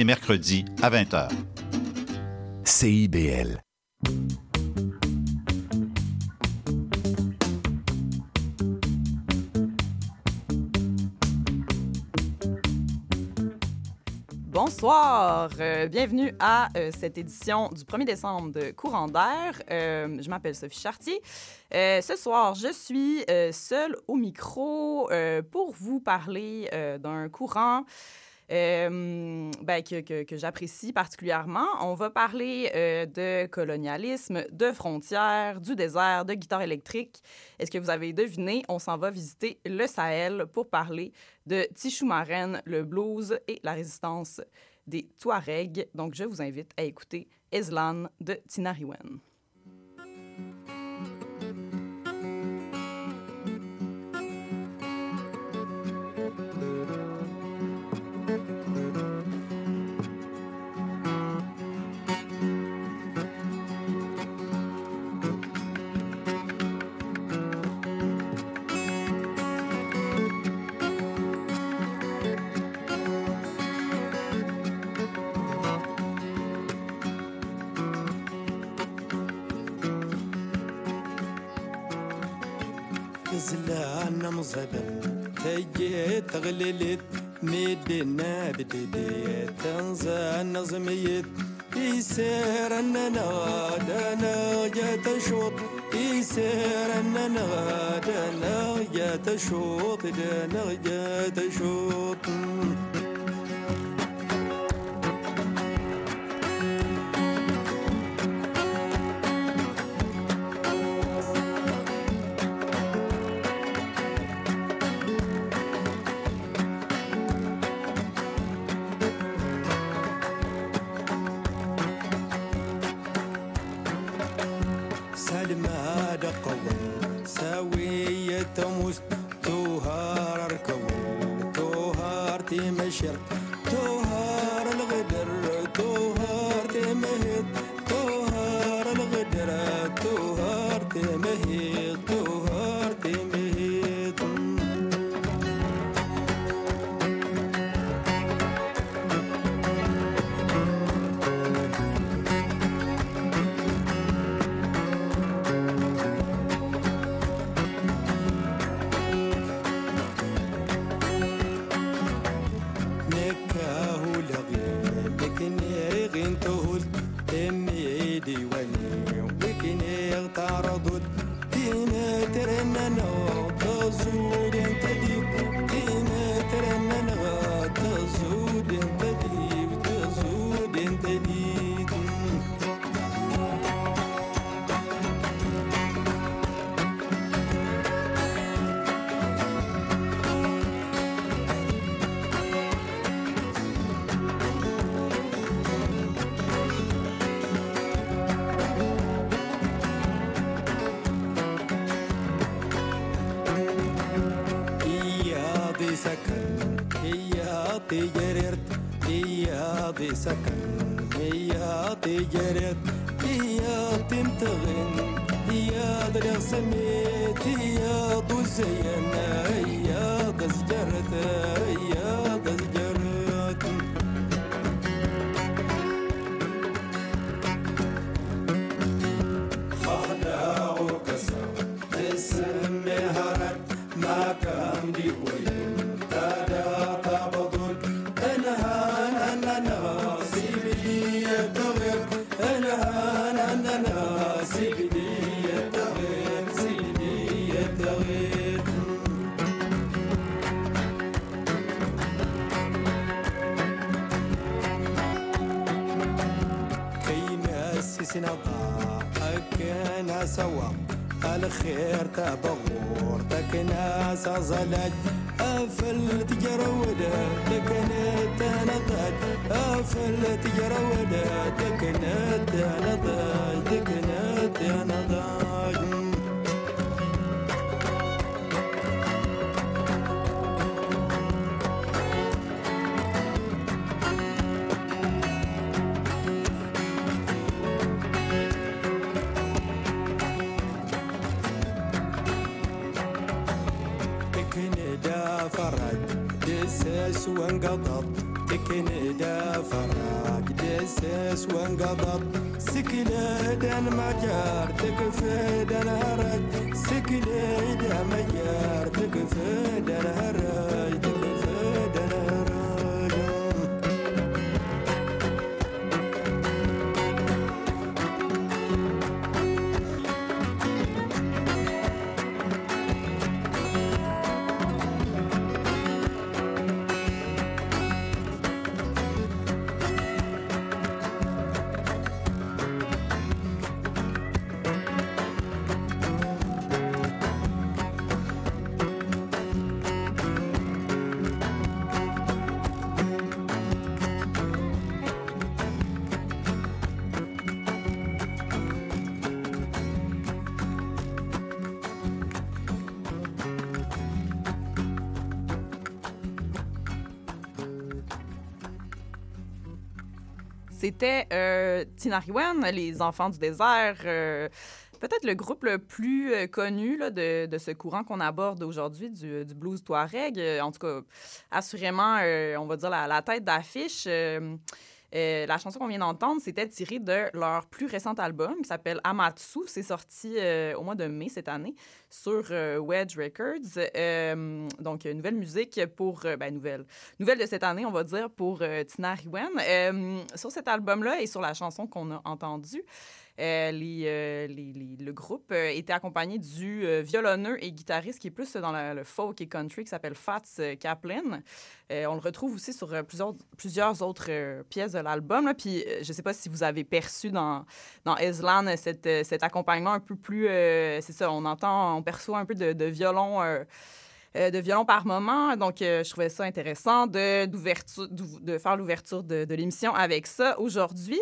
les mercredis à 20h. CIBL. Bonsoir, bienvenue à cette édition du 1er décembre de Courant d'air. Je m'appelle Sophie Chartier. Ce soir, je suis seule au micro pour vous parler d'un courant que j'apprécie particulièrement. On va parler de colonialisme, de frontières, du désert, de guitare électrique. Est-ce que vous avez deviné? On s'en va visiter le Sahel pour parler de Tishoumarène, le blues et la résistance des Touaregs. Donc, je vous invite à écouter Ezlan de Tinariwen. زلان مزبل تيجي تغللت ميدنا بديت تنزل نظميت يسير اننا دانا يا تشوط يسير اننا دانا يا تشوط دانا يا تشوط توهار الغدر توهار تمهد توهار الغدر توهار تمهد توهار تمهد سكن هي تجرت هي تمتغن هي ضرق سميت هي ضزين هي ضزجرت هي ضزجرت خدع وكسر تسمي هرت ما كان دي وين تدا تبضل انها اننا كنا سوا الخير تبغور تكنا سازلج أفل تجرودة تكنا تنضج أفل تجرودة تكنا تنضج تكنا تنضج فرج دسس وانقطط تكن دا فرج حساس وانقبض سكليدا مجار تكفيد الهرج سكليدا مجار تكفيد الهرج تكفيد الهرج C'était Tinariwen, les enfants du désert, peut-être le groupe le plus connu là, de ce courant qu'on aborde aujourd'hui, du blues touareg. En tout cas, assurément, on va dire la tête d'affiche. La chanson qu'on vient d'entendre, c'était tiré de leur plus récent album qui s'appelle Amatsu. C'est sorti au mois de mai cette année sur Wedge Records. Donc, nouvelle musique pour... nouvelle de cette année, on va dire, pour Tinariwen. Sur cet album-là et sur la chanson qu'on a entendue, le groupe était accompagné du violonneux et guitariste qui est plus dans le folk et country qui s'appelle Fats Kaplan. On le retrouve aussi sur plusieurs autres pièces de l'album. Là. Puis je ne sais pas si vous avez perçu dans Eslan cet accompagnement un peu plus... c'est ça, on perçoit un peu de violon... de violon par moment. Donc, je trouvais ça intéressant de faire l'ouverture de l'émission avec ça aujourd'hui.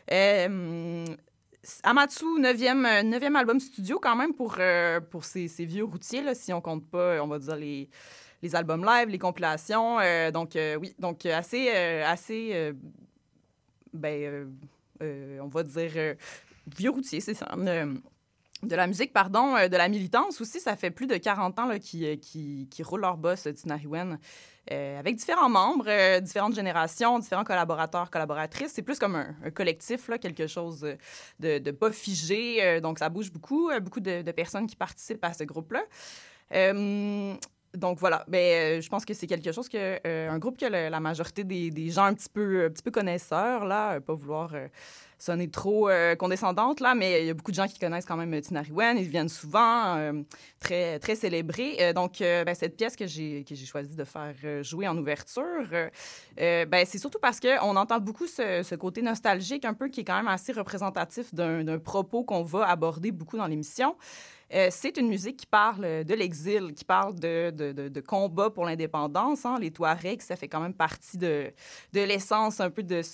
Amatsu, 9e album studio quand même pour ces vieux routiers, là, si on compte pas, on va dire, les albums live, les compilations. Oui, donc assez on va dire, vieux routier, c'est ça. De la musique, pardon, de la militance aussi. Ça fait plus de 40 ans là, qui roulent leur boss, Tinariwen, avec différents membres, différentes générations, différents collaborateurs, collaboratrices. C'est plus comme un collectif, là, quelque chose de pas figé. Donc, ça bouge beaucoup de personnes qui participent à ce groupe-là. Donc, voilà. Je pense que c'est quelque chose un groupe que la majorité des gens un petit peu connaisseurs, là, pas vouloir... sonner trop condescendante, là, mais il y a beaucoup de gens qui connaissent quand même Tinariwen. Ils viennent souvent, très, très célébrés. Donc, cette pièce que j'ai choisi de faire jouer en ouverture, c'est surtout parce qu'on entend beaucoup ce côté nostalgique, un peu, qui est quand même assez représentatif d'un propos qu'on va aborder beaucoup dans l'émission. C'est une musique qui parle de l'exil, qui parle de combat pour l'indépendance. Hein. Les Touaregs, ça fait quand même partie de l'essence un peu de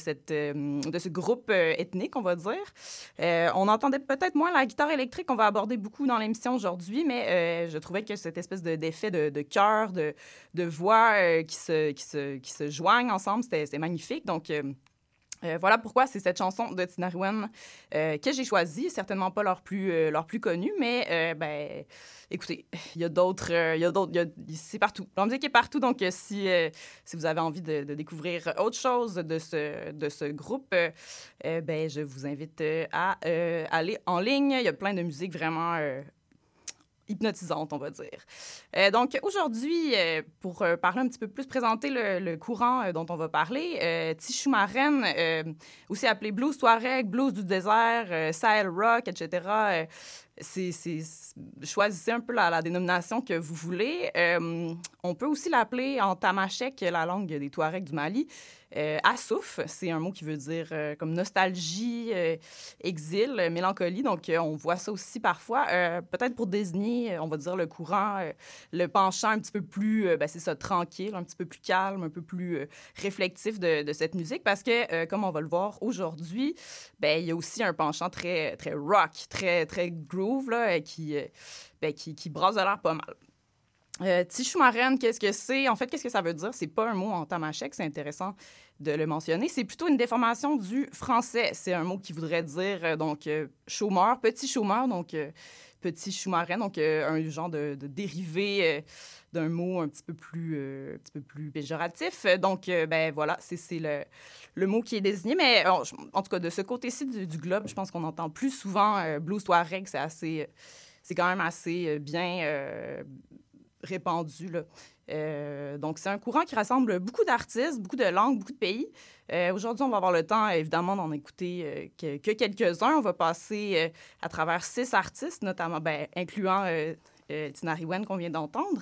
ce groupe ethnique, on va dire. On entendait peut-être moins la guitare électrique qu'on va aborder beaucoup dans l'émission aujourd'hui, mais je trouvais que cette espèce d'effet de chœur, de voix qui se joignent ensemble, c'était magnifique. Donc... voilà pourquoi c'est cette chanson de Tinariwen que j'ai choisie. Certainement pas leur plus connue, mais écoutez, il y a d'autres, c'est partout. La musique est partout, donc si vous avez envie de découvrir autre chose de ce groupe, je vous invite à aller en ligne. Il y a plein de musique vraiment... hypnotisante, on va dire. Donc, aujourd'hui, pour parler un petit peu plus, présenter le courant dont on va parler, Tishoumarène, aussi appelé blues touareg, blues du désert, Sahel rock, etc., choisissez un peu la dénomination que vous voulez. On peut aussi l'appeler en tamashek, la langue des Touaregs du Mali. Assouf, c'est un mot qui veut dire comme nostalgie, exil, mélancolie. Donc, on voit ça aussi parfois, peut-être pour désigner, on va dire, le courant, le penchant un petit peu plus, c'est ça, tranquille, un petit peu plus calme, un peu plus réflectif de cette musique. Parce que, comme on va le voir aujourd'hui, il y a aussi un penchant très, très rock, très, très groove, là, qui brasse de l'air pas mal. Tishoumarène, qu'est-ce que c'est? En fait, qu'est-ce que ça veut dire? C'est pas un mot en tamashek, c'est intéressant de le mentionner. C'est plutôt une déformation du français. C'est un mot qui voudrait dire, chômeur, petit chômeur, donc petit chou-marin, donc un genre de dérivé d'un mot un petit peu plus péjoratif. Donc, ben voilà, c'est le mot qui est désigné. Mais en tout cas, de ce côté-ci du globe, je pense qu'on entend plus souvent blues touareg. C'est quand même assez bien répandu, là. Donc, c'est un courant qui rassemble beaucoup d'artistes, beaucoup de langues, beaucoup de pays. Aujourd'hui, on va avoir le temps, évidemment, d'en écouter que quelques-uns. On va passer à travers 6 artistes, notamment, incluant Tinari Wen qu'on vient d'entendre.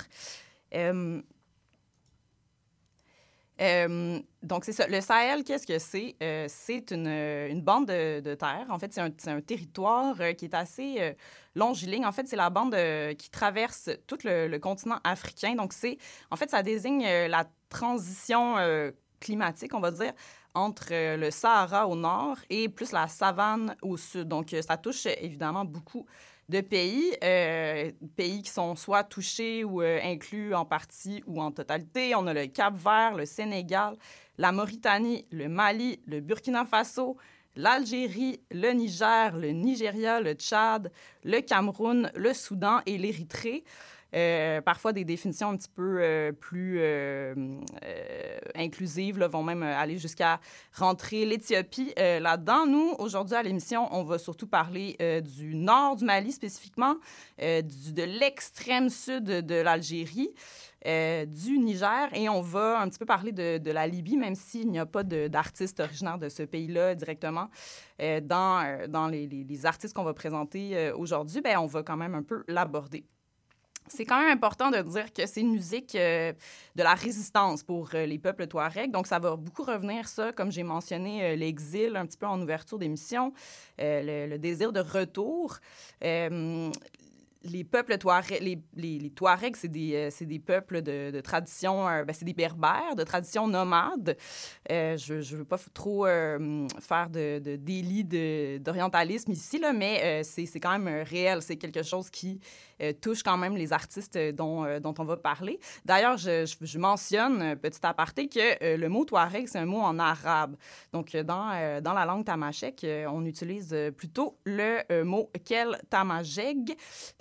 Donc, c'est ça. Le Sahel, qu'est-ce que c'est? C'est une bande de terre. En fait, c'est un territoire qui est assez longiligne. En fait, c'est la bande qui traverse tout le continent africain. Donc, en fait, ça désigne la transition climatique, on va dire, entre le Sahara au nord et plus la savane au sud. Donc, ça touche évidemment beaucoup de pays qui sont soit touchés ou inclus en partie ou en totalité. On a le Cap-Vert, le Sénégal, la Mauritanie, le Mali, le Burkina Faso, l'Algérie, le Niger, le Nigeria, le Tchad, le Cameroun, le Soudan et l'Érythrée. Parfois, des définitions un petit peu plus inclusives là, vont même aller jusqu'à rentrer l'Éthiopie là-dedans. Nous, aujourd'hui, à l'émission, on va surtout parler du nord du Mali spécifiquement, de l'extrême sud de l'Algérie, du Niger, et on va un petit peu parler de la Libye, même s'il n'y a pas d'artistes originaires de ce pays-là directement. Dans les artistes qu'on va présenter aujourd'hui, on va quand même un peu l'aborder. C'est quand même important de dire que c'est une musique de la résistance pour les peuples touaregs. Donc, ça va beaucoup revenir, ça, comme j'ai mentionné, l'exil un petit peu en ouverture d'émission, le désir de retour. Les peuples touaregs, les Touaregs, c'est des peuples de tradition, c'est des berbères, de tradition nomade. Je ne veux pas trop faire de délit d'orientalisme ici, là, mais c'est quand même réel. C'est quelque chose qui touche quand même les artistes dont on va parler. D'ailleurs, je mentionne, petit aparté, que le mot Touareg, c'est un mot en arabe. Donc, dans la langue tamashek, on utilise plutôt le mot Kel Tamashek,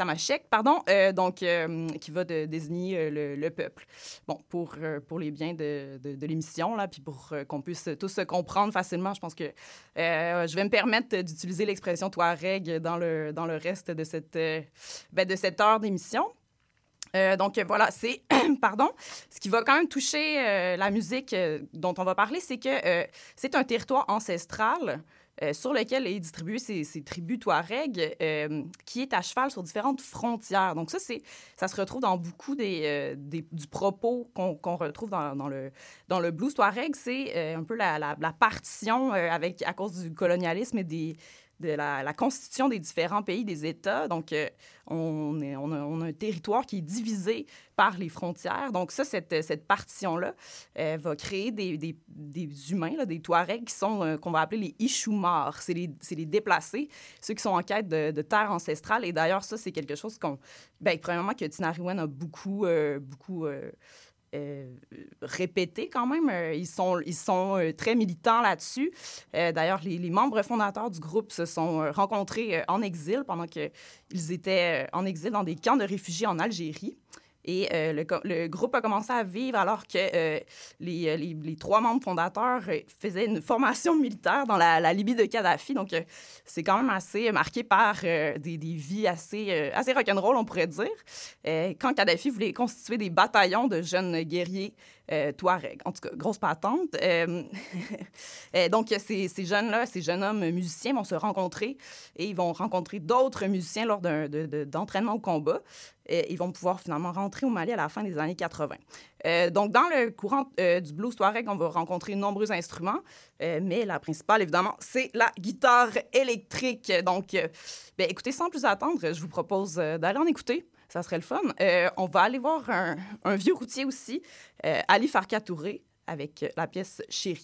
qui va désigner le peuple. Bon, pour les biens de l'émission, là, puis pour qu'on puisse tous se comprendre facilement, je pense que je vais me permettre d'utiliser l'expression Touareg dans le reste de cette heure d'émission. Donc, voilà, c'est... Pardon. Ce qui va quand même toucher la musique dont on va parler, c'est que c'est un territoire ancestral sur lequel est distribué ces tribus Touaregs, qui est à cheval sur différentes frontières. Donc, ça se retrouve dans beaucoup du propos qu'on retrouve dans le blues Touareg. C'est un peu la partition à cause du colonialisme et de la constitution des différents pays, des États. Donc, on a un territoire qui est divisé par les frontières. Donc, cette partition-là va créer des humains, là, des Touaregs qu'on va appeler les Ichoumars. C'est les déplacés, ceux qui sont en quête de terre ancestrale. Et d'ailleurs, ça, c'est quelque chose premièrement, que Tinari Wen a beaucoup répété quand même. Ils sont très militants là-dessus. D'ailleurs, les membres fondateurs du groupe se sont rencontrés en exil pendant qu'ils étaient en exil dans des camps de réfugiés en Algérie. Et le groupe a commencé à vivre alors que les 3 membres fondateurs faisaient une formation militaire dans la Libye de Kadhafi. Donc, c'est quand même assez marqué par des vies assez rock'n'roll, on pourrait dire. Quand Kadhafi voulait constituer des bataillons de jeunes guerriers Touareg. En tout cas, grosse patente. Donc, ces jeunes-là, ces jeunes hommes musiciens vont se rencontrer et ils vont rencontrer d'autres musiciens lors d'entraînement au combat. Ils vont pouvoir finalement rentrer au Mali à la fin des années 80. Donc, dans le courant du blues Touareg, on va rencontrer nombreux instruments, mais la principale, évidemment, c'est la guitare électrique. Donc, écoutez, sans plus attendre, je vous propose d'aller en écouter. Ça serait le fun. On va aller voir un vieux routier aussi, Ali Farka Touré, avec la pièce « Chérie ».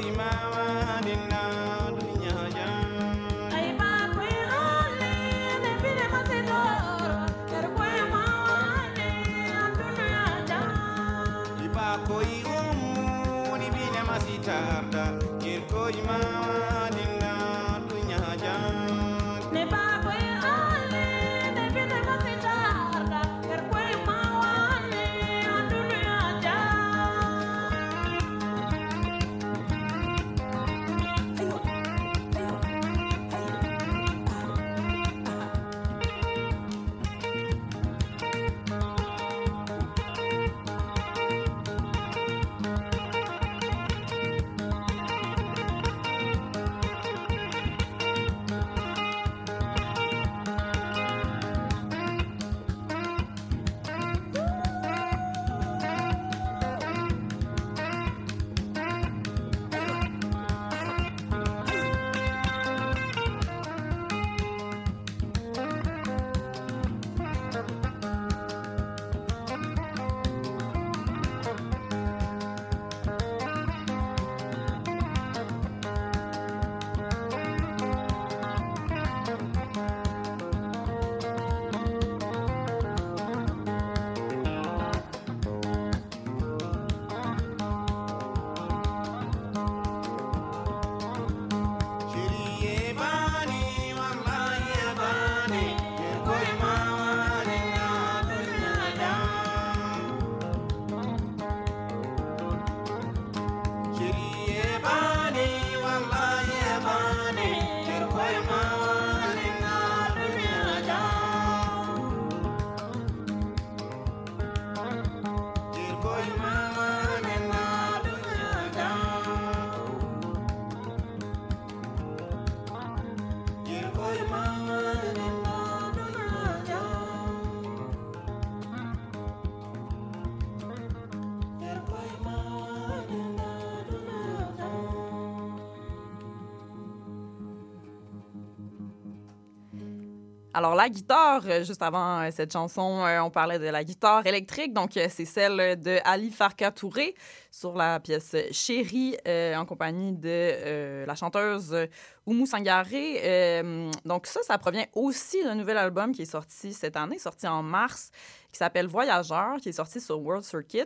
Alors, la guitare, juste avant cette chanson, on parlait de la guitare électrique. Donc, c'est celle de Ali Farka Touré sur la pièce Chérie, en compagnie de la chanteuse Oumou Sangaré. Donc, ça provient aussi d'un nouvel album qui est sorti cette année, sorti en mars, qui s'appelle Voyageur, qui est sorti sur World Circuit.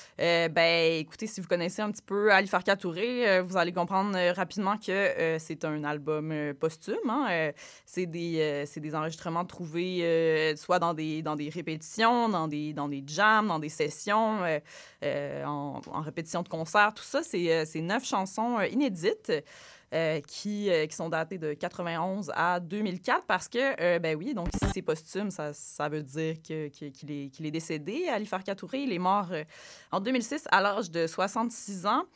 Écoutez, si vous connaissez un petit peu Ali Farka Touré, vous allez comprendre rapidement que c'est un album posthume. Hein? C'est des enregistrements trouvés soit dans des répétitions, dans des jams, dans des sessions, en répétition de concert. Tout ça, c'est 9 chansons inédites. Qui sont datées de 91 à 2004 parce que, oui, donc si c'est posthume, ça veut dire qu'il est décédé. Ali Farka Touré, il est mort en 2006 à l'âge de 66 ans.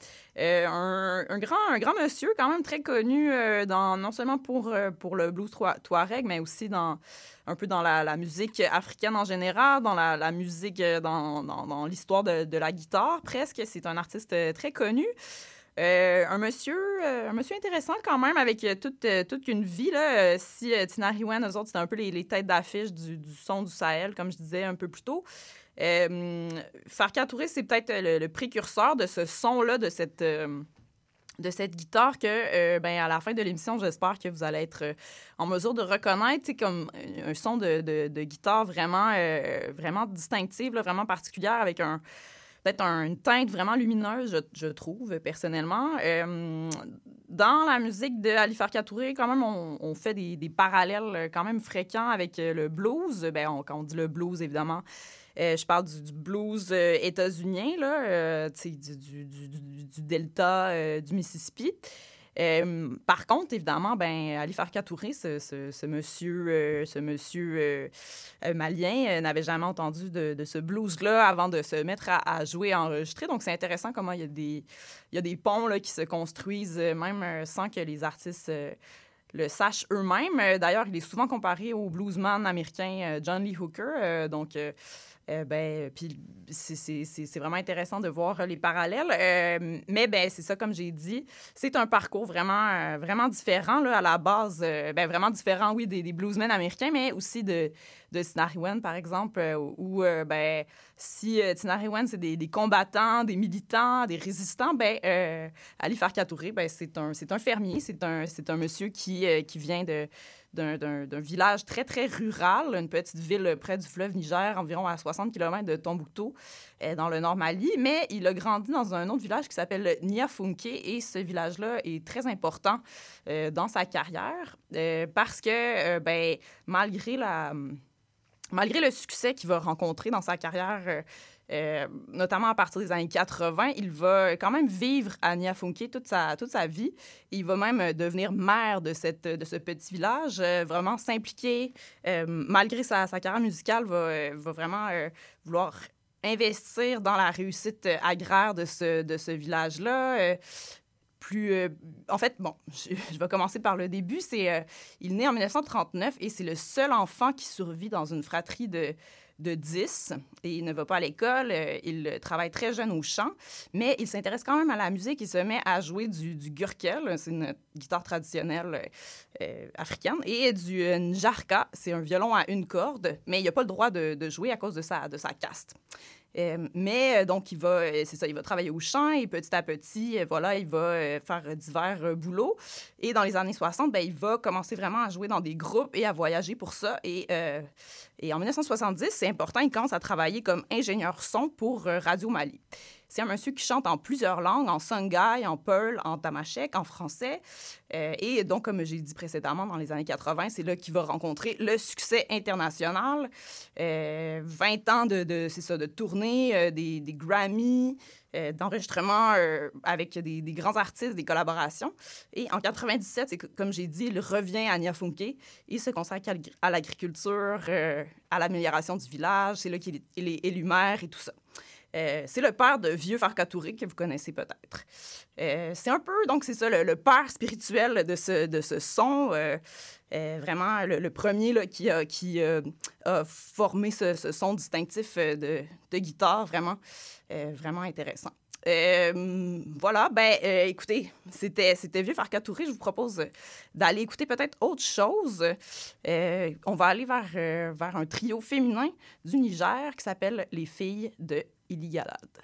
Un grand monsieur, quand même très connu, non seulement pour le blues touareg, mais aussi un peu dans la musique africaine en général, dans la musique, dans l'histoire de la guitare presque. C'est un artiste très connu. Un monsieur intéressant quand même, avec toute une vie. Là. Si Tina Riwen, eux autres, c'était un peu les têtes d'affiche du son du Sahel, comme je disais un peu plus tôt. Farka Touré, c'est peut-être le précurseur de ce son-là, de cette guitare que, à la fin de l'émission, j'espère que vous allez être en mesure de reconnaître comme un son de guitare vraiment, vraiment distinctive, là, vraiment particulière, avec peut-être une teinte vraiment lumineuse, je trouve, personnellement. Dans la musique de Ali Farka Touré, quand même, on fait des parallèles quand même fréquents avec le blues. Quand on dit le blues, évidemment, je parle du blues états-unien, là, du delta du Mississippi. Par contre, évidemment, Ali Farka Touré, ce monsieur malien, n'avait jamais entendu de ce blues-là avant de se mettre à jouer, à enregistrer. Donc, c'est intéressant comment il y a des ponts là, qui se construisent même sans que les artistes le sachent eux-mêmes. D'ailleurs, il est souvent comparé au bluesman américain John Lee Hooker. Puis c'est vraiment intéressant de voir les parallèles. Mais c'est ça, comme j'ai dit, c'est un parcours vraiment, vraiment différent là, à la base. Vraiment différent, oui, des bluesmen américains, mais aussi de Tinariwen, par exemple, où si Tinariwen, c'est des combattants, des militants, des résistants, Ali Farka Touré, c'est un fermier, c'est un monsieur qui vient d'un village très, très rural, une petite ville près du fleuve Niger, environ à 60 km de Tombouctou, dans le nord Mali. Mais il a grandi dans un autre village qui s'appelle Niafunke, et ce village-là est très important dans sa carrière parce que, malgré le succès qu'il va rencontrer dans sa carrière, notamment à partir des années 80, il va quand même vivre à Niafunke toute sa vie. Il va même devenir maire de ce petit village, vraiment s'impliquer, malgré sa carrière musicale, va vraiment vouloir investir dans la réussite agraire de ce village-là. En fait, je vais commencer par le début. Il naît en 1939 et c'est le seul enfant qui survit dans une fratrie de 10. Et il ne va pas à l'école. Il travaille très jeune au chant, mais il s'intéresse quand même à la musique. Il se met à jouer du gurkel, c'est une guitare traditionnelle africaine, et du njarka, c'est un violon à une corde, mais il n'a pas le droit de jouer à cause de sa caste. Donc, il va travailler au champ et petit à petit, il va faire divers boulots. Et dans les années 60, il va commencer vraiment à jouer dans des groupes et à voyager pour ça. Et en 1970, c'est important, il commence à travailler comme ingénieur son pour Radio Mali. C'est un monsieur qui chante en plusieurs langues, en songhai, en peul, en tamashek, en français. Et donc, comme j'ai dit précédemment, dans les années 80, c'est là qu'il va rencontrer le succès international. 20 ans de tournée, des Grammy, d'enregistrements avec des grands artistes, des collaborations. Et en 97, comme j'ai dit, il revient à Niafunke. Il se consacre à l'agriculture, à l'amélioration du village. C'est là qu'il est élu maire et tout ça. C'est le père de Vieux Farka Touré, que vous connaissez peut-être. C'est un peu, donc c'est ça, le père spirituel de ce son. Vraiment, le premier là, qui a formé ce son distinctif de guitare, vraiment, vraiment intéressant. Écoutez, c'était Vieux Farka Touré. Je vous propose d'aller écouter peut-être autre chose. On va aller vers un trio féminin du Niger qui s'appelle Les Filles de Iligalade.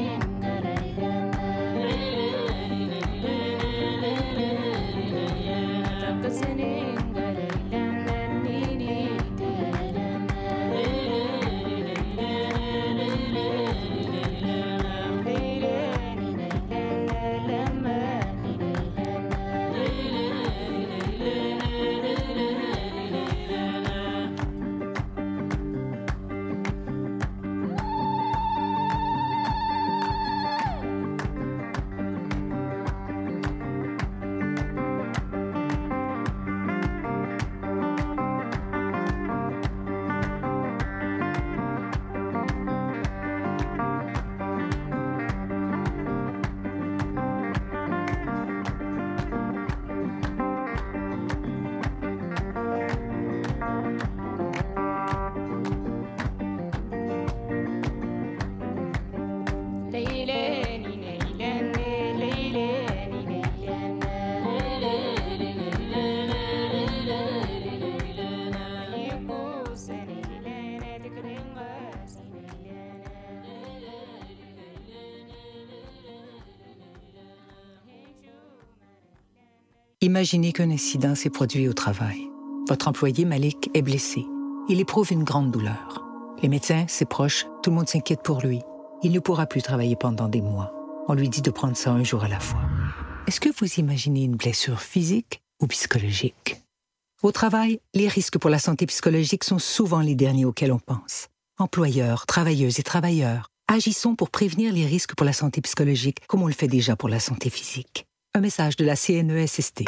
Imaginez qu'un incident s'est produit au travail. Votre employé Malik est blessé. Il éprouve une grande douleur. Les médecins, ses proches, tout le monde s'inquiète pour lui. Il ne pourra plus travailler pendant des mois. On lui dit de prendre ça un jour à la fois. Est-ce que vous imaginez une blessure physique ou psychologique? Au travail, les risques pour la santé psychologique sont souvent les derniers auxquels on pense. Employeurs, travailleuses et travailleurs, agissons pour prévenir les risques pour la santé psychologique comme on le fait déjà pour la santé physique. Un message de la CNESST.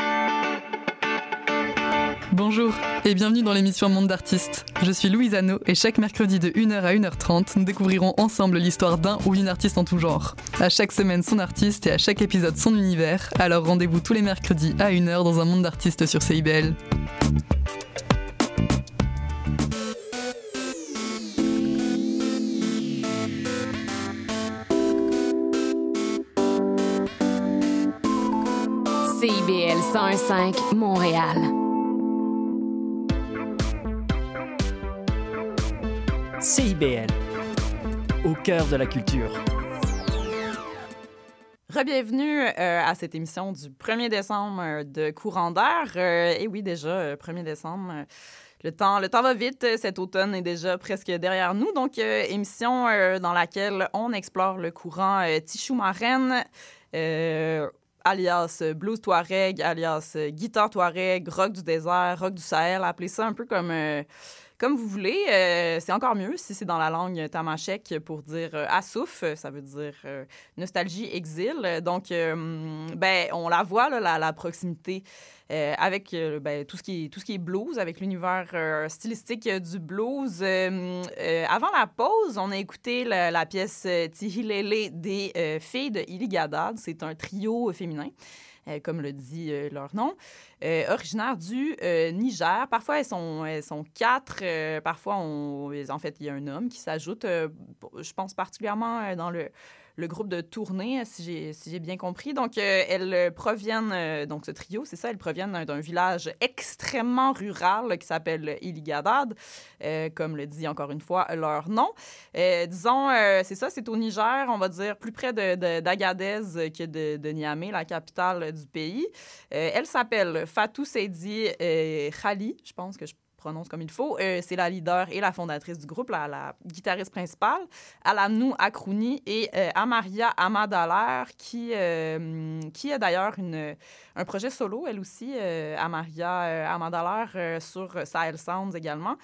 Bonjour et bienvenue dans l'émission Monde d'artistes. Je suis Louise Anneau et chaque mercredi de 1h à 1h30, nous découvrirons ensemble l'histoire d'un ou d'une artiste en tout genre. À chaque semaine son artiste et à chaque épisode son univers, alors rendez-vous tous les mercredis à 1h dans un Monde d'artistes sur CIBL. CIBL 101.5 Montréal. CIBL, au cœur de la culture. Re-bienvenue à cette émission du 1er décembre de Courant d'air. Et oui, déjà, 1er décembre, le temps va vite. Cet automne est déjà presque derrière nous. Donc, émission dans laquelle on explore le courant Tichou-Marraine, alias blues touareg, alias guitare touareg, rock du désert, rock du Sahel. Appelez ça un peu comme vous voulez. C'est encore mieux si c'est dans la langue tamashek pour dire assouf, ça veut dire nostalgie, exil. Donc, on la voit, là, la proximité avec tout ce qui est blues, avec l'univers stylistique du blues. Avant la pause, on a écouté la pièce Tihilele des filles de Iligadad. C'est un trio féminin. Comme le dit leur nom, originaire du Niger. Parfois, elles sont quatre. Parfois, en fait, il y a un homme qui s'ajoute, je pense particulièrement dans le groupe de tournée, si j'ai bien compris. Donc, elles proviennent, donc ce trio, c'est ça, elles proviennent d'un village extrêmement rural qui s'appelle Iligadad, comme le dit encore une fois leur nom. Disons, c'est ça, c'est au Niger, on va dire plus près d'Agadez que de Niamey, la capitale du pays. Elle s'appelle Fatou Seydi Khali, je pense que je prononce comme il faut. C'est la leader et la fondatrice du groupe, la guitariste principale, Alamnou Akrouni et Amaria Amadaler, qui a d'ailleurs un projet solo, elle aussi, Amaria Amadaler, sur Sahel Sounds également.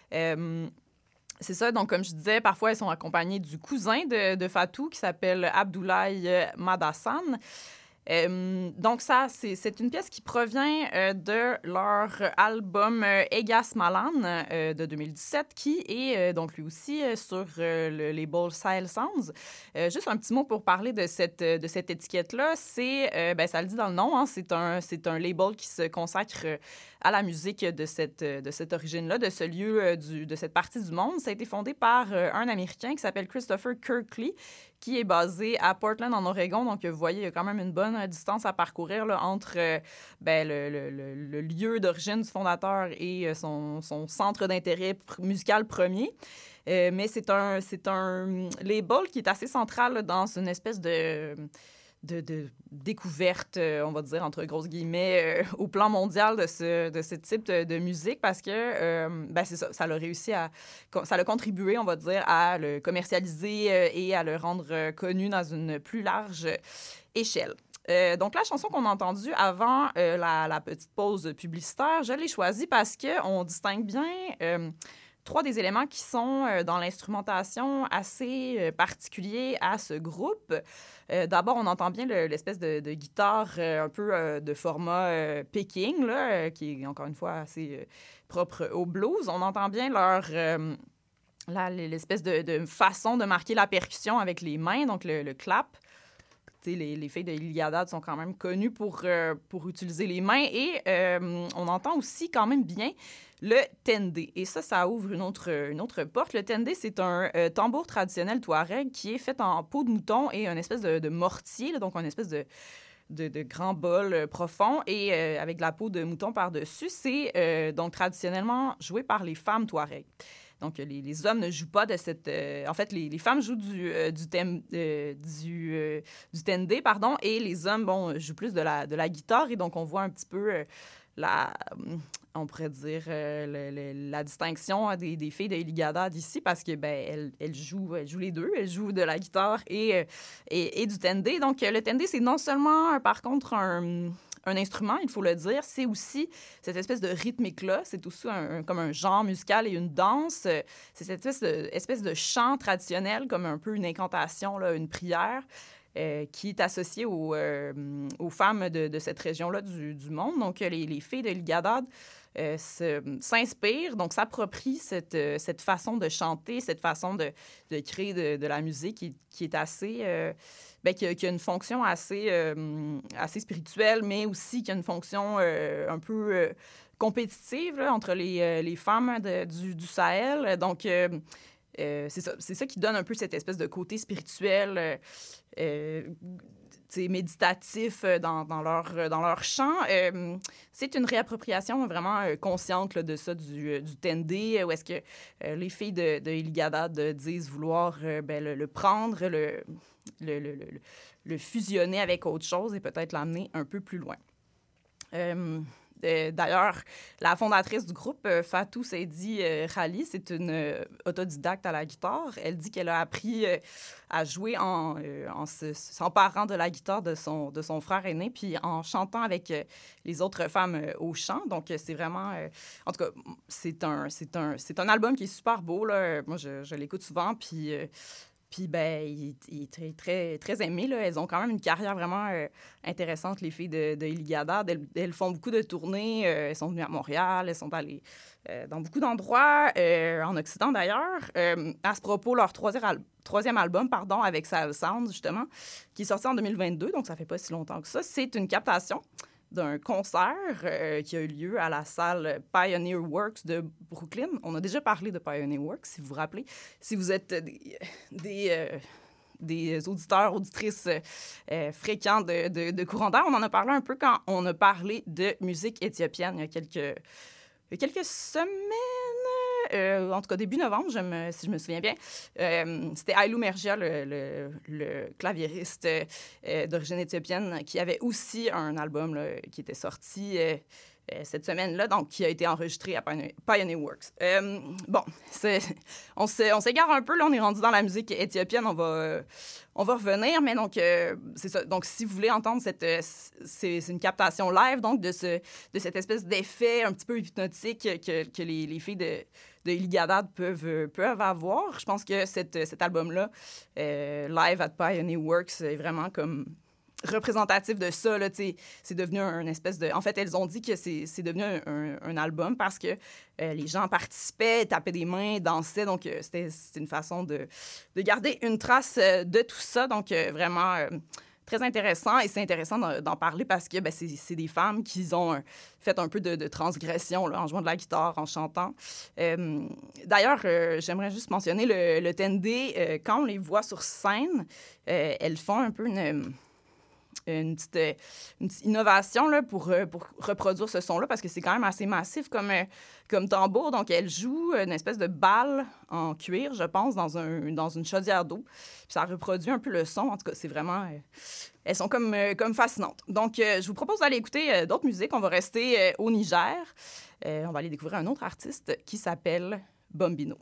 C'est ça, donc comme je disais, parfois elles sont accompagnées du cousin de Fatou qui s'appelle Abdoulaye Madassan. Donc ça, c'est une pièce qui provient de leur album Egas Malan de 2017, qui est donc lui aussi sur le label Sahel Sounds. Juste un petit mot pour parler de cette étiquette-là, c'est, ça le dit dans le nom, hein, c'est un label qui se consacre à la musique de cette origine-là, de ce lieu, de cette partie du monde. Ça a été fondé par un Américain qui s'appelle Christopher Kirkley, qui est basé à Portland, en Oregon. Donc, vous voyez, il y a quand même une bonne distance à parcourir là, entre le lieu d'origine du fondateur et son centre d'intérêt musical premier. Mais c'est un label qui est assez central là, dans une espèce de découverte, on va dire, entre grosses guillemets, au plan mondial de ce type de musique parce que, c'est ça, ça a contribué, on va dire, à le commercialiser et à le rendre connu dans une plus large échelle. Donc, la chanson qu'on a entendue avant la petite pause publicitaire, je l'ai choisie parce qu'on distingue bien... trois des éléments qui sont dans l'instrumentation assez particuliers à ce groupe. D'abord, on entend bien l'espèce de guitare un peu de format picking, là, qui est encore une fois assez propre au blues. On entend bien l'espèce de façon de marquer la percussion avec les mains, donc le clap. Les filles de Iliadad sont quand même connues pour utiliser les mains. Et on entend aussi quand même bien le tendé. Et ça ouvre une autre porte. Le tendé, c'est un tambour traditionnel touareg qui est fait en peau de mouton et une espèce de mortier, là, donc une espèce de grand bol profond et avec de la peau de mouton par-dessus. C'est donc traditionnellement joué par les femmes touareg. Donc, les hommes ne jouent pas de cette... en fait, les femmes jouent du tendé, pardon, et les hommes, jouent plus de la guitare. Et donc, on voit un petit peu on pourrait dire, la distinction des filles de Iligadad ici, parce que elles jouent les deux. Elles jouent de la guitare et du tendé. Donc, le tendé, c'est non seulement, par contre, un instrument, il faut le dire, c'est aussi cette espèce de rythmique-là. C'est aussi comme un genre musical et une danse. C'est cette espèce de chant traditionnel, comme un peu une incantation, là, une prière, qui est associée aux femmes de cette région-là du monde. Donc, les filles de Iligadad s'inspirent, donc s'approprient cette façon de chanter, cette façon de créer de la musique qui est assez... qui a une fonction assez spirituelle, mais aussi qui a une fonction un peu compétitive là, entre les femmes du Sahel. Donc, c'est ça qui donne un peu cette espèce de côté spirituel, méditatif dans leur chant. C'est une réappropriation vraiment consciente là, de ça, du tendé, où est-ce que les filles de Iligadad disent vouloir le prendre, le fusionner avec autre chose et peut-être l'amener un peu plus loin. D'ailleurs, la fondatrice du groupe, Fatou Seydi Khali, c'est une autodidacte à la guitare. Elle dit qu'elle a appris à jouer en s'emparant de la guitare de son frère aîné, puis en chantant avec les autres femmes au chant. Donc, c'est vraiment... en tout cas, c'est un album qui est super beau, là. Moi, je l'écoute souvent, puis il est très, très, très aimé. Là. Elles ont quand même une carrière vraiment intéressante, les filles de Iligadad. Elles font beaucoup de tournées. Elles sont venues à Montréal. Elles sont allées dans beaucoup d'endroits, en Occident d'ailleurs. À ce propos, leur troisième album, avec Sahel Sound, justement, qui est sorti en 2022, donc ça fait pas si longtemps que ça, c'est une captation d'un concert qui a eu lieu à la salle Pioneer Works de Brooklyn. On a déjà parlé de Pioneer Works, si vous vous rappelez. Si vous êtes des auditeurs, auditrices fréquents de Courant d'air, on en a parlé un peu quand on a parlé de musique éthiopienne il y a quelques semaines. En tout cas, début novembre, si je me souviens bien. C'était Hailou Mergia, le claviériste d'origine éthiopienne, qui avait aussi un album là, qui était sorti cette semaine-là, donc qui a été enregistré à Pioneer Works. On s'égare un peu, là, on est rendu dans la musique éthiopienne, on va revenir, mais donc, c'est ça. Donc, si vous voulez entendre c'est une captation live, donc, de cette espèce d'effet un petit peu hypnotique que les filles de Iligadad peuvent avoir. Je pense que cet album-là, Live at Pioneer Works, est vraiment comme représentatif de ça. Là, c'est devenu un espèce de... En fait, elles ont dit que c'est devenu un album parce que les gens participaient, tapaient des mains, dansaient. Donc, c'était une façon de garder une trace de tout ça. Donc, vraiment... très intéressant, et c'est intéressant d'en parler parce que c'est des femmes qui ont fait un peu de transgression là, en jouant de la guitare, en chantant. D'ailleurs, j'aimerais juste mentionner le tendé. Quand on les voit sur scène, elles font un peu une petite innovation là, pour reproduire ce son-là, parce que c'est quand même assez massif comme tambour. Donc, elle joue une espèce de balle en cuir, je pense, dans une chaudière d'eau. Puis ça reproduit un peu le son. En tout cas, c'est vraiment... elles sont comme fascinantes. Donc, je vous propose d'aller écouter d'autres musiques. On va rester au Niger. On va aller découvrir un autre artiste qui s'appelle Bombino.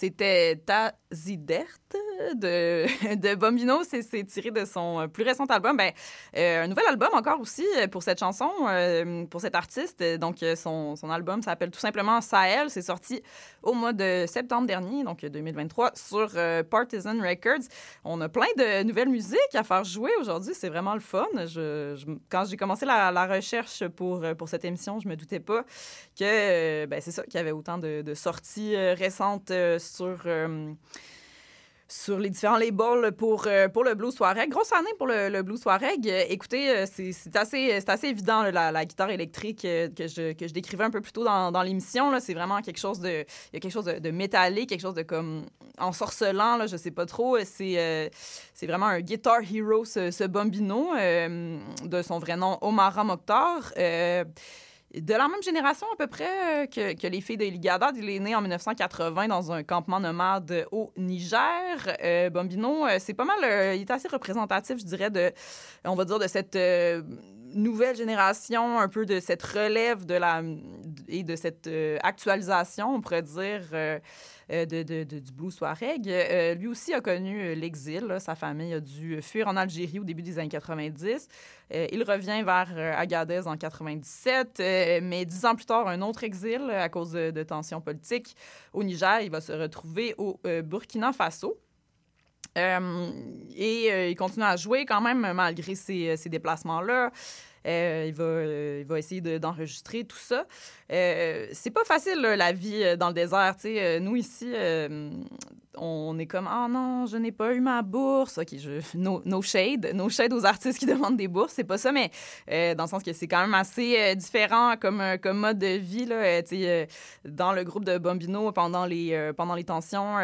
C'était Tazidert de Bombino. C'est tiré de son plus récent album. Un nouvel album encore aussi pour cette chanson, pour cet artiste. Donc, son album s'appelle tout simplement Sahel. C'est sorti au mois de septembre dernier, donc 2023, sur Partisan Records. On a plein de nouvelles musiques à faire jouer aujourd'hui. C'est vraiment le fun. Quand j'ai commencé la recherche pour cette émission, je me doutais pas que c'est ça, qu'il y avait autant de sorties récentes sur les différents labels pour le blues Touareg. Grosse année pour le blues Touareg. Écoutez, c'est assez évident, là, la guitare électrique que je décrivais un peu plus tôt dans l'émission. Là, c'est vraiment quelque chose de... Il y a quelque chose de métallique, quelque chose de comme ensorcelant, là, je sais pas trop. C'est vraiment un guitar hero, ce Bombino, de son vrai nom, Omara Mokhtar. De la même génération à peu près que les filles de Iligadad. Il est né en 1980 dans un campement nomade au Niger. Bombino, c'est pas mal... il est assez représentatif, je dirais, de cette nouvelle génération, un peu de cette relève et de cette actualisation, on pourrait dire, du blues Touareg. Lui aussi a connu l'exil. Là. Sa famille a dû fuir en Algérie au début des années 90. Il revient vers Agadez en 97, mais 10 ans plus tard, un autre exil à cause de tensions politiques au Niger. Il va se retrouver au Burkina Faso. Il continue à jouer quand même malgré ces déplacements-là. Il va essayer d'enregistrer tout ça. C'est pas facile, là, la vie dans le désert. Nous, ici, on est comme « Ah non, je n'ai pas eu ma bourse. » OK, no shade aux artistes qui demandent des bourses. C'est pas ça, mais dans le sens que c'est quand même assez différent comme mode de vie. Là, dans le groupe de Bombino, pendant les tensions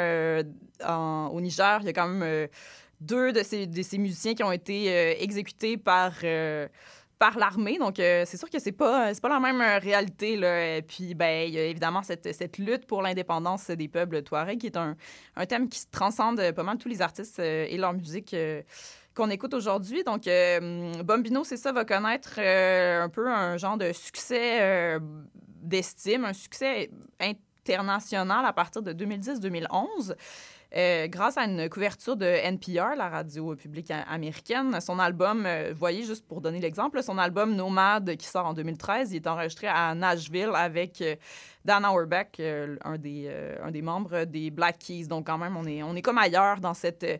au Niger, il y a quand même 2 de ces musiciens qui ont été exécutés par l'armée. Donc, c'est sûr que c'est pas la même réalité, là. Et puis, il y a évidemment cette lutte pour l'indépendance des peuples touaregs qui est un thème qui transcende pas mal tous les artistes et leur musique qu'on écoute aujourd'hui. Donc, Bombino, c'est ça, va connaître un peu un genre de succès d'estime, un succès international à partir de 2010-2011. Grâce à une couverture de NPR, la radio publique américaine. Son album, vous voyez, juste pour donner l'exemple, son album Nomade, qui sort en 2013, il est enregistré à Nashville avec Dan Auerbach, un des membres des Black Keys. Donc, quand même, on est comme ailleurs dans cette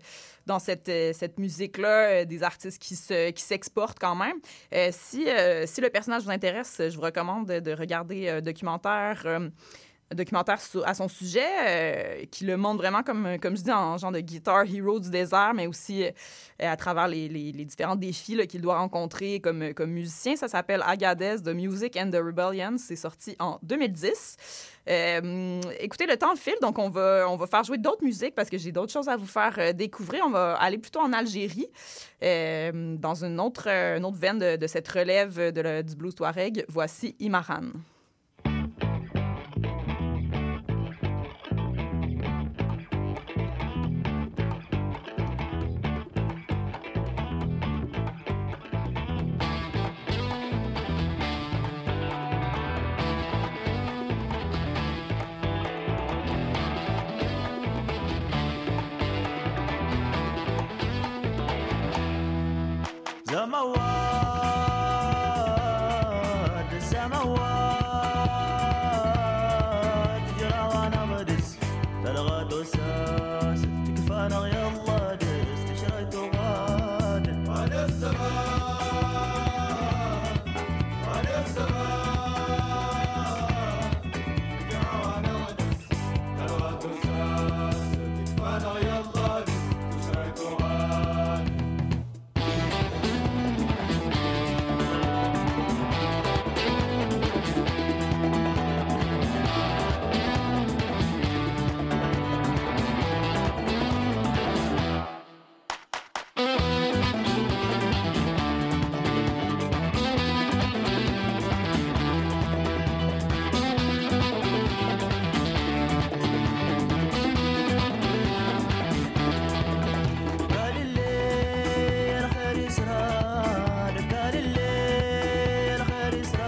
musique-là, des artistes qui s'exportent quand même. Si le personnage vous intéresse, je vous recommande de regarder un documentaire à son sujet, qui le montre vraiment, comme je dis, en genre de guitar hero du désert, mais aussi à travers les différents défis là, qu'il doit rencontrer comme musicien. Ça s'appelle Agadez, The Music and the Rebellion. C'est sorti en 2010. Écoutez, le temps file, donc on va faire jouer d'autres musiques parce que j'ai d'autres choses à vous faire découvrir. On va aller plutôt en Algérie, dans une autre veine de cette relève du blues Touareg. Voici Imaran.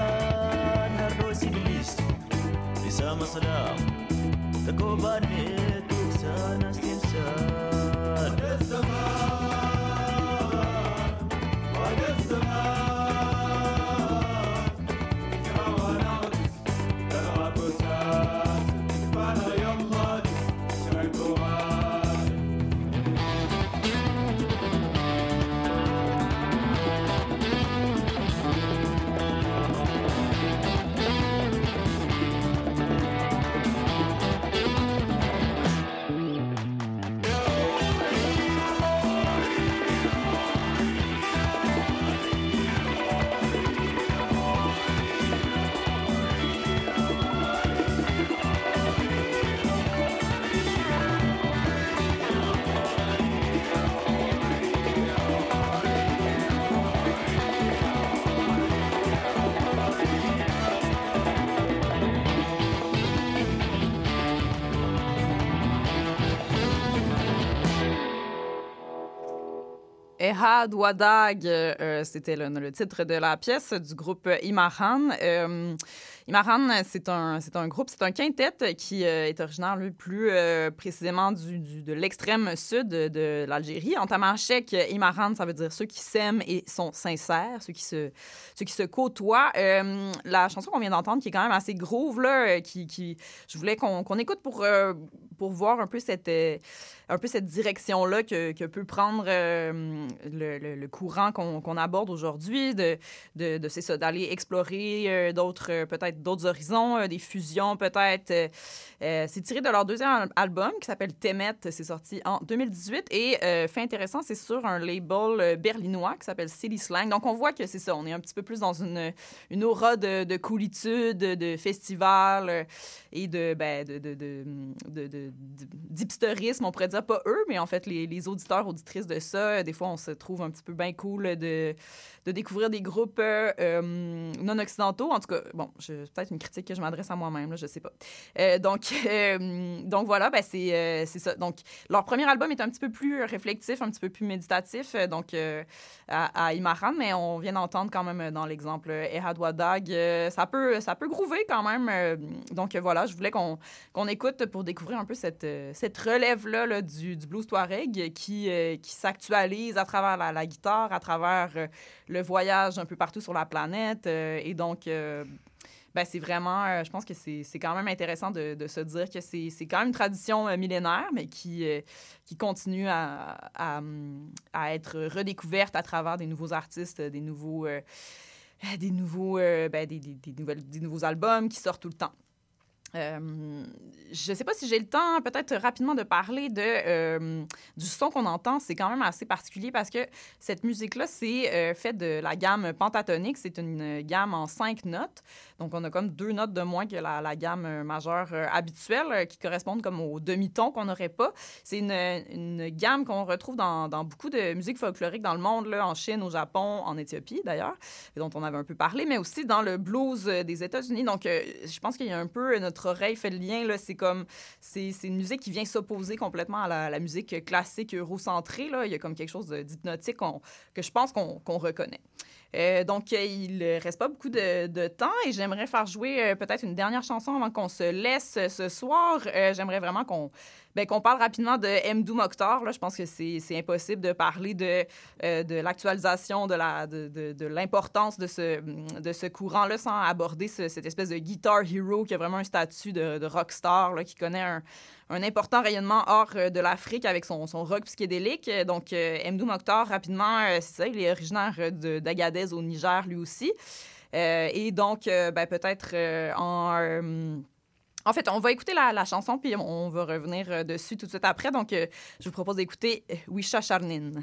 مصلاه تكوبانيت Ehad Wadag, c'était le titre de la pièce du groupe Imahan. Imahan, c'est un groupe, c'est un quintet qui est originaire, lui, plus précisément de l'extrême sud de l'Algérie. En tamashek, Imahan, ça veut dire ceux qui s'aiment et sont sincères, ceux qui se côtoient. La chanson qu'on vient d'entendre, qui est quand même assez groove, là, je voulais qu'on écoute pour voir un peu cette direction-là que peut prendre le courant qu'on aborde aujourd'hui, c'est ça, d'aller explorer peut-être d'autres horizons, des fusions peut-être. C'est tiré de leur deuxième album qui s'appelle Temet, c'est sorti en 2018 et fait intéressant, c'est sur un label berlinois qui s'appelle City Slang. Donc on voit que c'est ça, on est un petit peu plus dans une aura de coolitude, de festival et d'hipsterisme, on pourrait dire, pas eux, mais en fait les auditeurs, auditrices de ça, des fois on se trouve un petit peu bien cool de découvrir des groupes non occidentaux. En tout cas, bon, peut-être une critique que je m'adresse à moi-même, là, je sais pas. Donc voilà, c'est ça. Donc leur premier album est un petit peu plus réflexif, un petit peu plus méditatif, donc à Imahan, mais on vient d'entendre quand même dans l'exemple Ehad Wadag, ça peut groover quand même. Donc voilà, je voulais qu'on écoute pour découvrir un peu cette relève-là là, du blues touareg qui s'actualise à travers la guitare, à travers le voyage un peu partout sur la planète. Et donc, c'est vraiment, je pense que c'est quand même intéressant de se dire que c'est quand même une tradition millénaire, mais qui continue à être redécouverte à travers des nouveaux artistes, des nouveaux albums qui sortent tout le temps. Je ne sais pas si j'ai le temps, peut-être rapidement, de parler du son qu'on entend. C'est quand même assez particulier parce que cette musique-là, c'est fait de la gamme pentatonique. C'est une gamme en 5 notes. Donc, on a comme 2 notes de moins que la gamme majeure habituelle qui correspondent comme au demi-ton qu'on n'aurait pas. C'est une gamme qu'on retrouve dans beaucoup de musique folklorique dans le monde, là, en Chine, au Japon, en Éthiopie d'ailleurs, dont on avait un peu parlé, mais aussi dans le blues des États-Unis. Donc, je pense qu'il y a un peu notre oreille fait le lien, là, c'est une musique qui vient s'opposer complètement à la musique classique eurocentrée, là. Il y a comme quelque chose d'hypnotique que je pense qu'on reconnaît. Donc, il ne reste pas beaucoup de temps et j'aimerais faire jouer peut-être une dernière chanson avant qu'on se laisse ce soir. J'aimerais vraiment qu'on parle rapidement de Mdou Moctar. Là, je pense que c'est impossible de parler de l'actualisation, de l'importance de ce courant-là sans aborder cette espèce de guitar hero qui a vraiment un statut de rockstar, là, qui connaît un important rayonnement hors de l'Afrique avec son rock psychédélique. Donc, Mdou Moctar, rapidement, c'est ça, il est originaire d'Agadez au Niger, lui aussi. Et donc, peut-être en fait, on va écouter la chanson, puis on va revenir dessus tout de suite après. Donc, je vous propose d'écouter Wisha Charnin.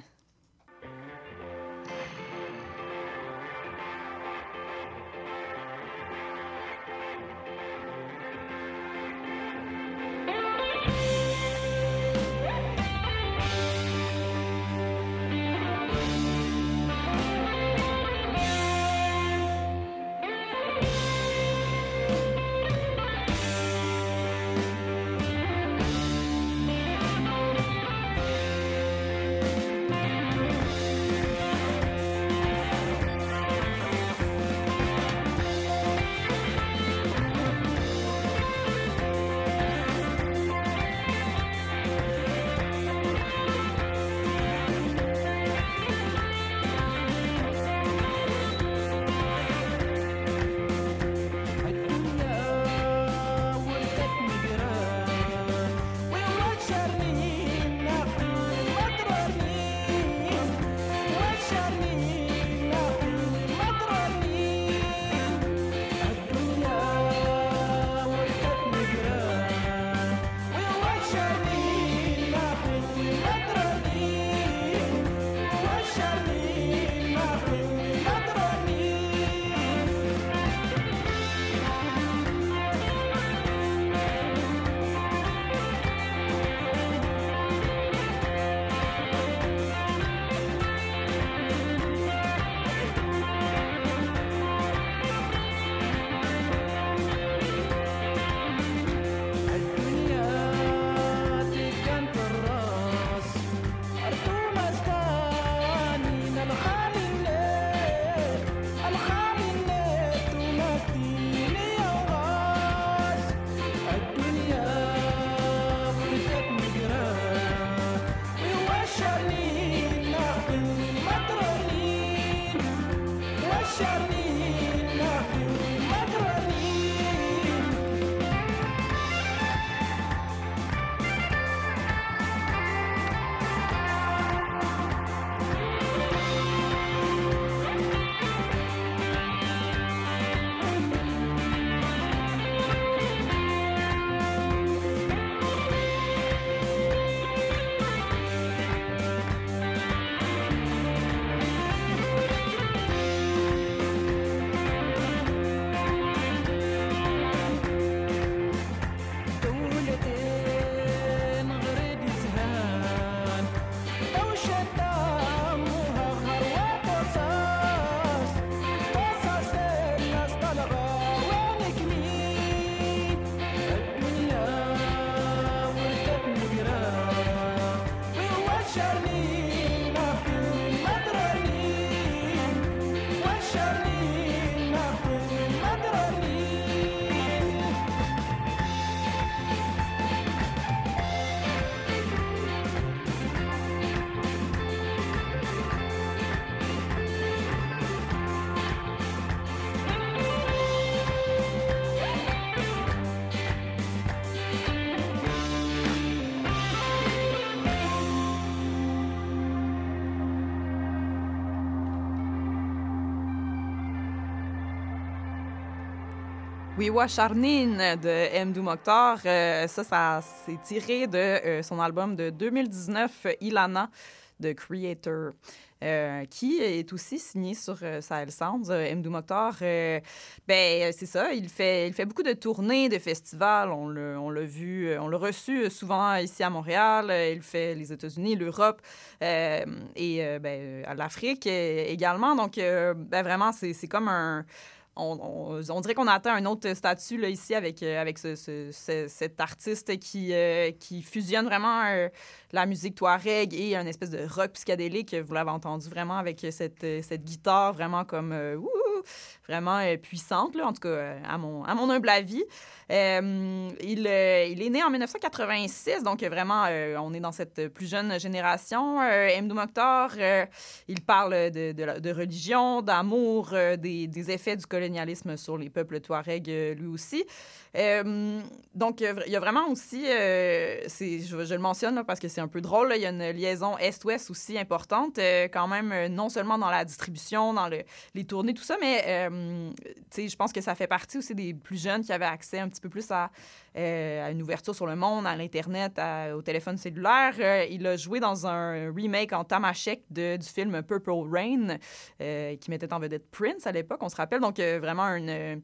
Wiwa Charnin de Mdou Mokhtar. Ça c'est tiré de son album de 2019, Ilana, de Creator. Qui est aussi signé sur Sahel Sounds. Mdou Mokhtar, c'est ça, il fait beaucoup de tournées, de festivals. On l'a vu, on l'a reçu souvent ici à Montréal. Il fait les États-Unis, l'Europe et l'Afrique également. Donc, vraiment, c'est comme un... On dirait qu'on a atteint un autre statut là, ici avec cet artiste qui fusionne vraiment la musique touareg et un espèce de rock psychédélique. Vous l'avez entendu vraiment avec cette guitare vraiment comme vraiment puissante, là, en tout cas à mon humble avis. Il est né en 1986, donc vraiment, on est dans cette plus jeune génération. Mdou Mokhtar, il parle de religion, d'amour, des effets du colonialisme sur les peuples touaregs, lui aussi. Donc, il y a vraiment aussi, je le mentionne là, parce que c'est un peu drôle, là, il y a une liaison Est-Ouest aussi importante, quand même, non seulement dans la distribution, dans les tournées, tout ça, mais je pense que ça fait partie aussi des plus jeunes qui avaient accès un petit peu plus à une ouverture sur le monde, à l'Internet, au téléphone cellulaire. Il a joué dans un remake en tamashek du film Purple Rain, qui mettait en vedette Prince à l'époque, on se rappelle. Donc, vraiment un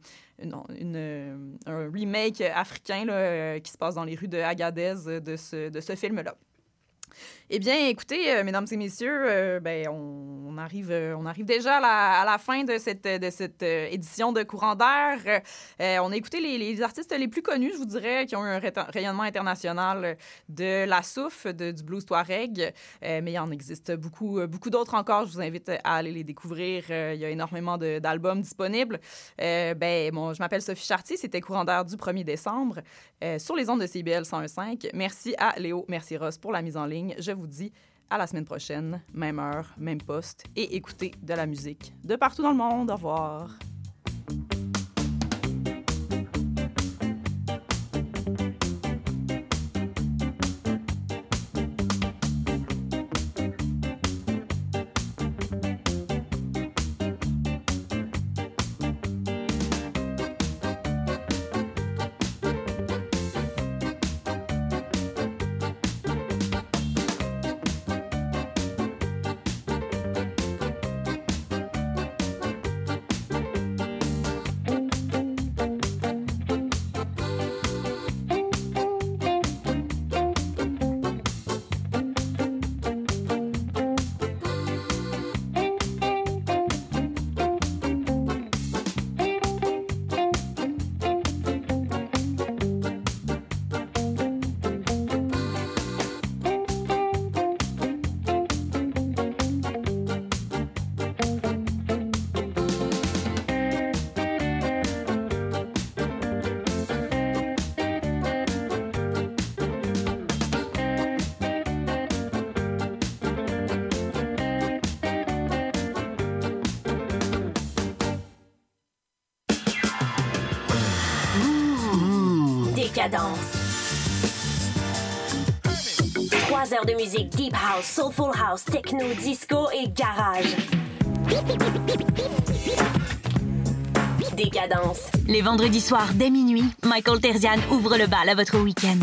remake africain là, qui se passe dans les rues de Agadez de ce film-là. Eh bien, écoutez, mesdames et messieurs, on arrive déjà à la fin de cette édition de Courant d'air. On a écouté les artistes les plus connus, je vous dirais, qui ont eu un rayonnement international de la souf, du blues touareg. Mais il y en existe beaucoup d'autres encore. Je vous invite à aller les découvrir. Il y a énormément d'albums disponibles. Je m'appelle Sophie Chartier. C'était Courant d'air du 1er décembre sur les ondes de CIBL 101.5. Merci à Léo, merci Ross pour la mise en ligne. Je vous dis à la semaine prochaine, même heure, même poste, et écoutez de la musique de partout dans le monde. Au revoir. Décadence. 3 heures de musique deep house, soulful house, techno, disco et garage. Décadence. Les vendredis soirs dès minuit, Michael Terzian ouvre le bal à votre week-end.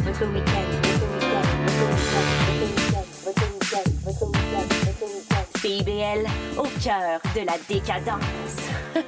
CIBL, au cœur de la décadence.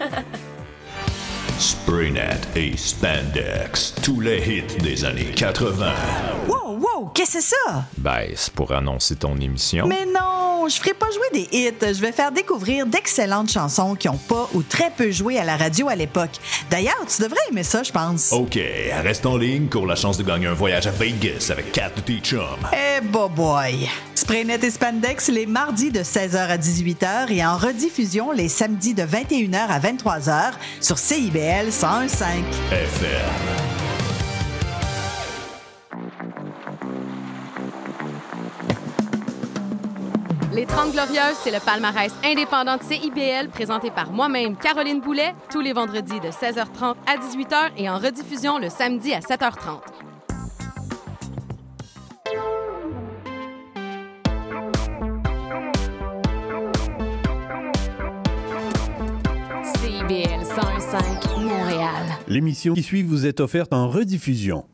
Spraynet et Spandex, tous les hits des années 80. Wow, qu'est-ce que c'est ça? Ben, c'est pour annoncer ton émission. Mais non, je ferai pas jouer des hits. Je vais faire découvrir d'excellentes chansons qui ont pas ou très peu joué à la radio à l'époque. D'ailleurs, tu devrais aimer ça, je pense. OK, reste en ligne, cours la chance de gagner un voyage à Vegas avec Kat de tes chums. Boy. Spraynet et Spandex les mardis de 16h à 18h et en rediffusion les samedis de 21h à 23h sur CIBL 101.5 FM. Les 30 Glorieuses, c'est le palmarès indépendant de CIBL présenté par moi-même, Caroline Boulet, tous les vendredis de 16h30 à 18h et en rediffusion le samedi à 7h30. CIBL 101.5 Montréal. L'émission qui suit vous est offerte en rediffusion.